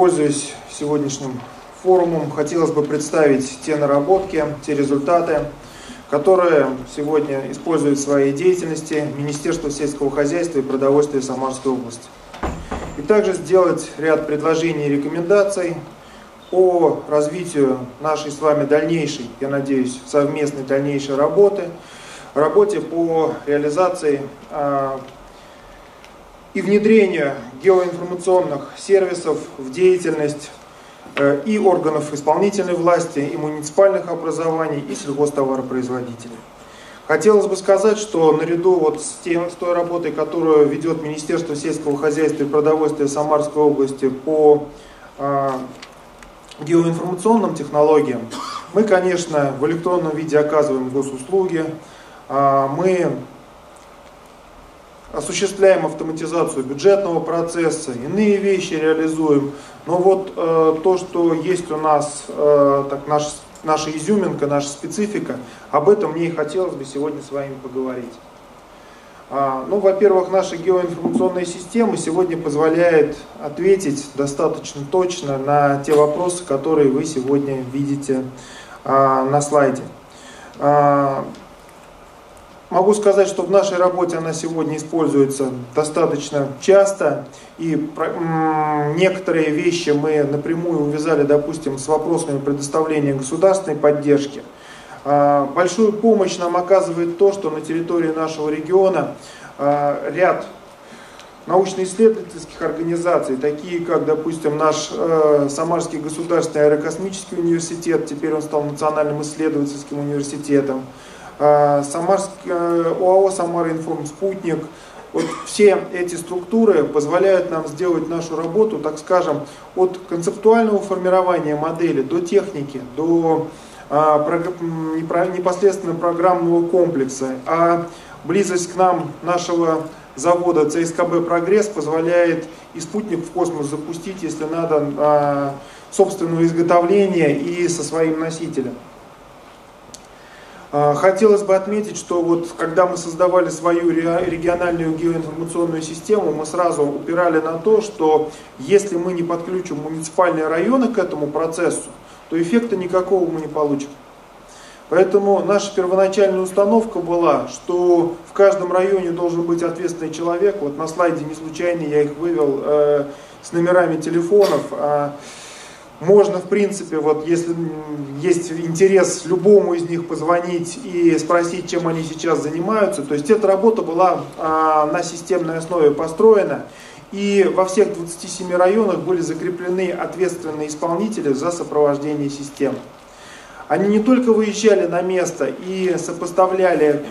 Пользуясь сегодняшним форумом, хотелось бы представить те наработки, те результаты, которые сегодня использует в своей деятельности Министерство сельского хозяйства и продовольствия Самарской области. И также сделать ряд предложений и рекомендаций по развитию нашей с вами дальнейшей, я надеюсь, совместной дальнейшей работе по реализации и внедрению геоинформационных сервисов в деятельность и органов исполнительной власти, и муниципальных образований, и сельхозтоваропроизводителей. Хотелось бы сказать, что наряду с той работой, которую ведет Министерство сельского хозяйства и продовольствия Самарской области по геоинформационным технологиям, мы, конечно, в электронном виде оказываем госуслуги, мы осуществляем автоматизацию бюджетного процесса, иные вещи реализуем. Но то, что есть у нас, наша изюминка, наша специфика, об этом мне и хотелось бы сегодня с вами поговорить. Во-первых, наша геоинформационная система сегодня позволяет ответить достаточно точно на те вопросы, которые вы сегодня видите на слайде. Могу сказать, что в нашей работе она сегодня используется достаточно часто, и некоторые вещи мы напрямую увязали, допустим, с вопросами предоставления государственной поддержки. Большую помощь нам оказывает то, что на территории нашего региона ряд научно-исследовательских организаций, такие как, допустим, наш Самарский государственный аэрокосмический университет, теперь он стал Национальным исследовательским университетом, ОАО «Самара-Информ Спутник». Все эти структуры позволяют нам сделать нашу работу, так скажем, от концептуального формирования модели до техники, до непосредственно программного комплекса. А близость к нам нашего завода ЦСКБ «Прогресс» позволяет и спутник в космос запустить, если надо, собственного изготовления и со своим носителем. Хотелось бы отметить, что когда мы создавали свою региональную геоинформационную систему, мы сразу упирали на то, что если мы не подключим муниципальные районы к этому процессу, то эффекта никакого мы не получим. Поэтому наша первоначальная установка была, что в каждом районе должен быть ответственный человек. На слайде не случайно я их вывел с номерами телефонов. Можно, в принципе, если есть интерес, любому из них позвонить и спросить, чем они сейчас занимаются. То есть эта работа была на системной основе построена. И во всех 27 районах были закреплены ответственные исполнители за сопровождение системы. Они не только выезжали на место и сопоставляли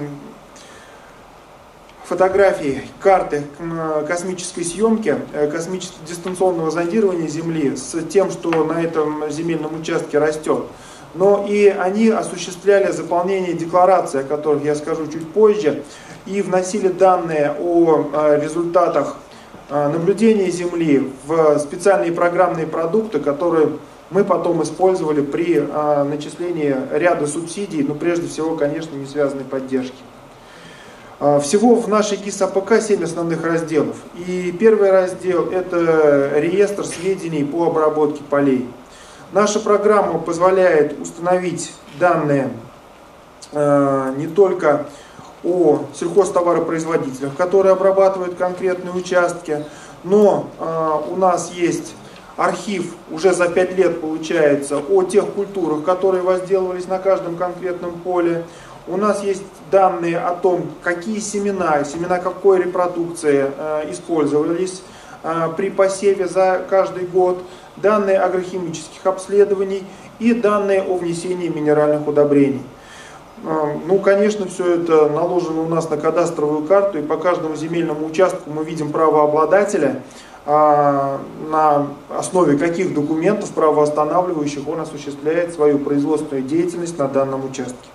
фотографии, карты космической съемки, дистанционного зондирования Земли с тем, что на этом земельном участке растет. Но и они осуществляли заполнение деклараций, о которых я скажу чуть позже, и вносили данные о результатах наблюдения Земли в специальные программные продукты, которые мы потом использовали при начислении ряда субсидий, но прежде всего, конечно, не связанной поддержки. Всего в нашей ГИС АПК 7 основных разделов. И первый раздел – это реестр сведений по обработке полей. Наша программа позволяет установить данные не только о сельхозтоваропроизводителях, которые обрабатывают конкретные участки, но у нас есть архив уже за 5 лет, получается, о тех культурах, которые возделывались на каждом конкретном поле. У нас есть данные о том, какие семена какой репродукции использовались при посеве за каждый год, данные агрохимических обследований и данные о внесении минеральных удобрений. Конечно, все это наложено у нас на кадастровую карту, и по каждому земельному участку мы видим правообладателя, на основе каких документов правоостанавливающих он осуществляет свою производственную деятельность на данном участке.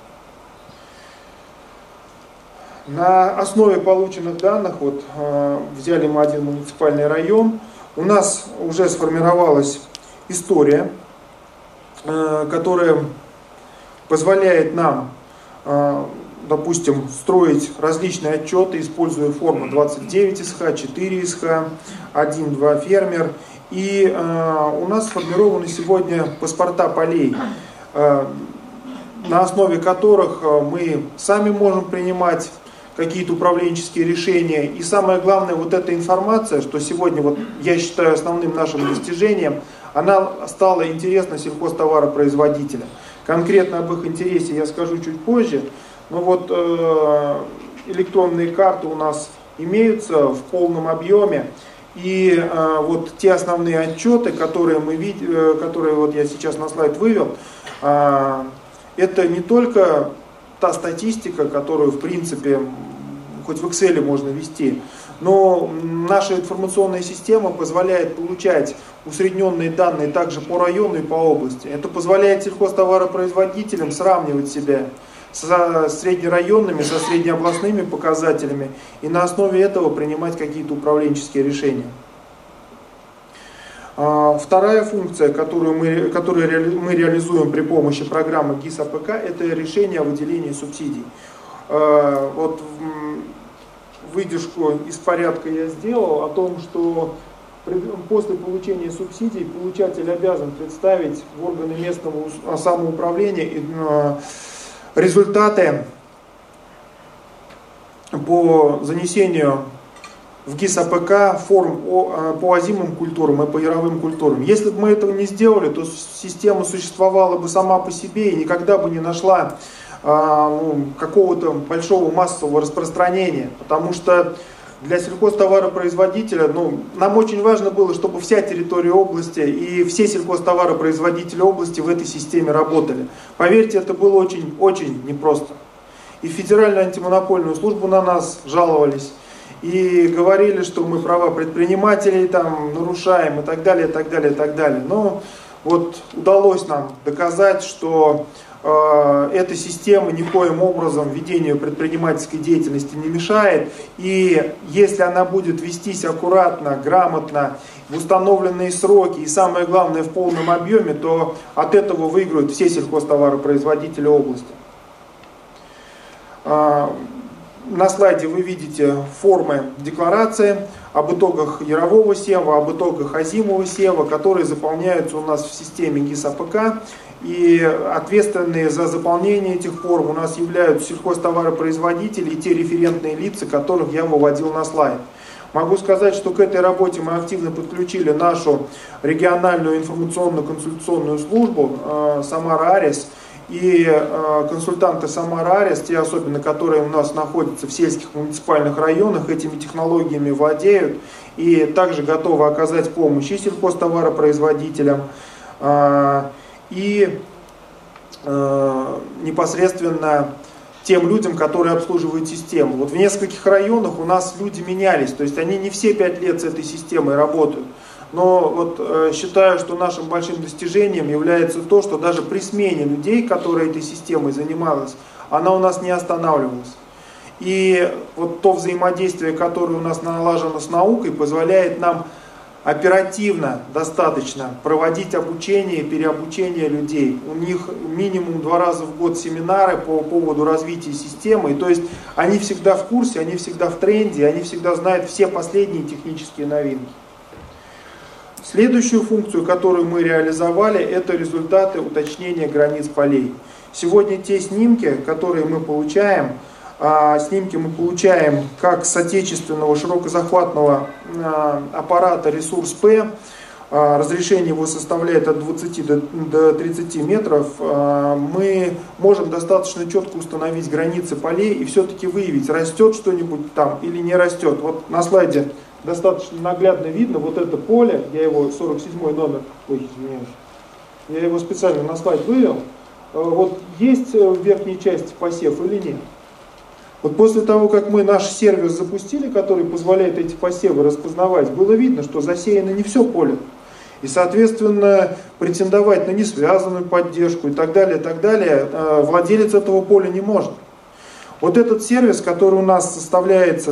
На основе полученных данных, взяли мы один муниципальный район, у нас уже сформировалась история, которая позволяет нам, допустим, строить различные отчеты, используя форму 29 СХ, 4 СХ, 1-2 фермер. И у нас сформированы сегодня паспорта полей, на основе которых мы сами можем принимать какие-то управленческие решения. И самое главное, вот эта информация, что сегодня, вот, я считаю, основным нашим достижением, она стала интересна сельхозтоваропроизводителям. Конкретно об их интересе я скажу чуть позже. Но вот электронные карты у нас имеются в полном объеме. И вот те основные отчеты, которые мы видим, которые вот я сейчас на слайд вывел, это не только та статистика, которую, в принципе, хоть в Excel можно вести, но наша информационная система позволяет получать усредненные данные также по району и по области. Это позволяет сельхозтоваропроизводителям сравнивать себя со среднерайонными, со среднеобластными показателями и на основе этого принимать какие-то управленческие решения. Вторая функция, которую мы реализуем при помощи программы ГИС АПК, это решение о выделении субсидий. Вот выдержку из порядка я сделал о том, что после получения субсидий получатель обязан представить в органы местного самоуправления результаты по занесению в ГИС АПК форм по озимым культурам и по яровым культурам. Если бы мы этого не сделали, то система существовала бы сама по себе и никогда бы не нашла какого-то большого массового распространения. Потому что для сельхозтоваропроизводителя нам очень важно было, чтобы вся территория области и все сельхозтоваропроизводители области в этой системе работали. Поверьте, это было очень непросто. И в Федеральную антимонопольную службу на нас жаловались. И говорили, что мы права предпринимателей там нарушаем и так далее, и так далее, и так далее. Но вот удалось нам доказать, что эта система никоим образом ведению предпринимательской деятельности не мешает. И если она будет вестись аккуратно, грамотно, в установленные сроки и самое главное в полном объеме, то от этого выиграют все сельхозтоваропроизводители области. На слайде вы видите формы декларации об итогах ярового сева, об итогах озимого сева, которые заполняются у нас в системе ГИС АПК. И ответственные за заполнение этих форм у нас являются сельхозтоваропроизводители и те референтные лица, которых я выводил на слайд. Могу сказать, что к этой работе мы активно подключили нашу региональную информационно-консультационную службу Самара-Арис. И консультанты Самара-Арис, те особенно, которые у нас находятся в сельских муниципальных районах, этими технологиями владеют и также готовы оказать помощь и сельхозтоваропроизводителям, и непосредственно тем людям, которые обслуживают систему. Вот в нескольких районах у нас люди менялись, то есть они не все 5 лет с этой системой работают. Но вот считаю, что нашим большим достижением является то, что даже при смене людей, которые этой системой занималась, она у нас не останавливалась. И вот то взаимодействие, которое у нас налажено с наукой, позволяет нам оперативно достаточно проводить обучение и переобучение людей. У них минимум 2 раза в год семинары по поводу развития системы. И то есть они всегда в курсе, они всегда в тренде, они всегда знают все последние технические новинки. Следующую функцию, которую мы реализовали, это результаты уточнения границ полей. Сегодня те снимки, которые мы получаем, снимки мы получаем как с отечественного широкозахватного аппарата «Ресурс П». Разрешение его составляет от 20 до 30 метров. Мы можем достаточно четко установить границы полей и все-таки выявить, растет что-нибудь там или не растет. Вот на слайде достаточно наглядно видно вот это поле, я его 47-й номер, я его специально на слайд вывел. Вот есть в верхней части посев или нет? Вот после того, как мы наш сервис запустили, который позволяет эти посевы распознавать, было видно, что засеяно не все поле. И, соответственно, претендовать на несвязанную поддержку и так далее, владелец этого поля не может. Вот этот сервис, который у нас составляется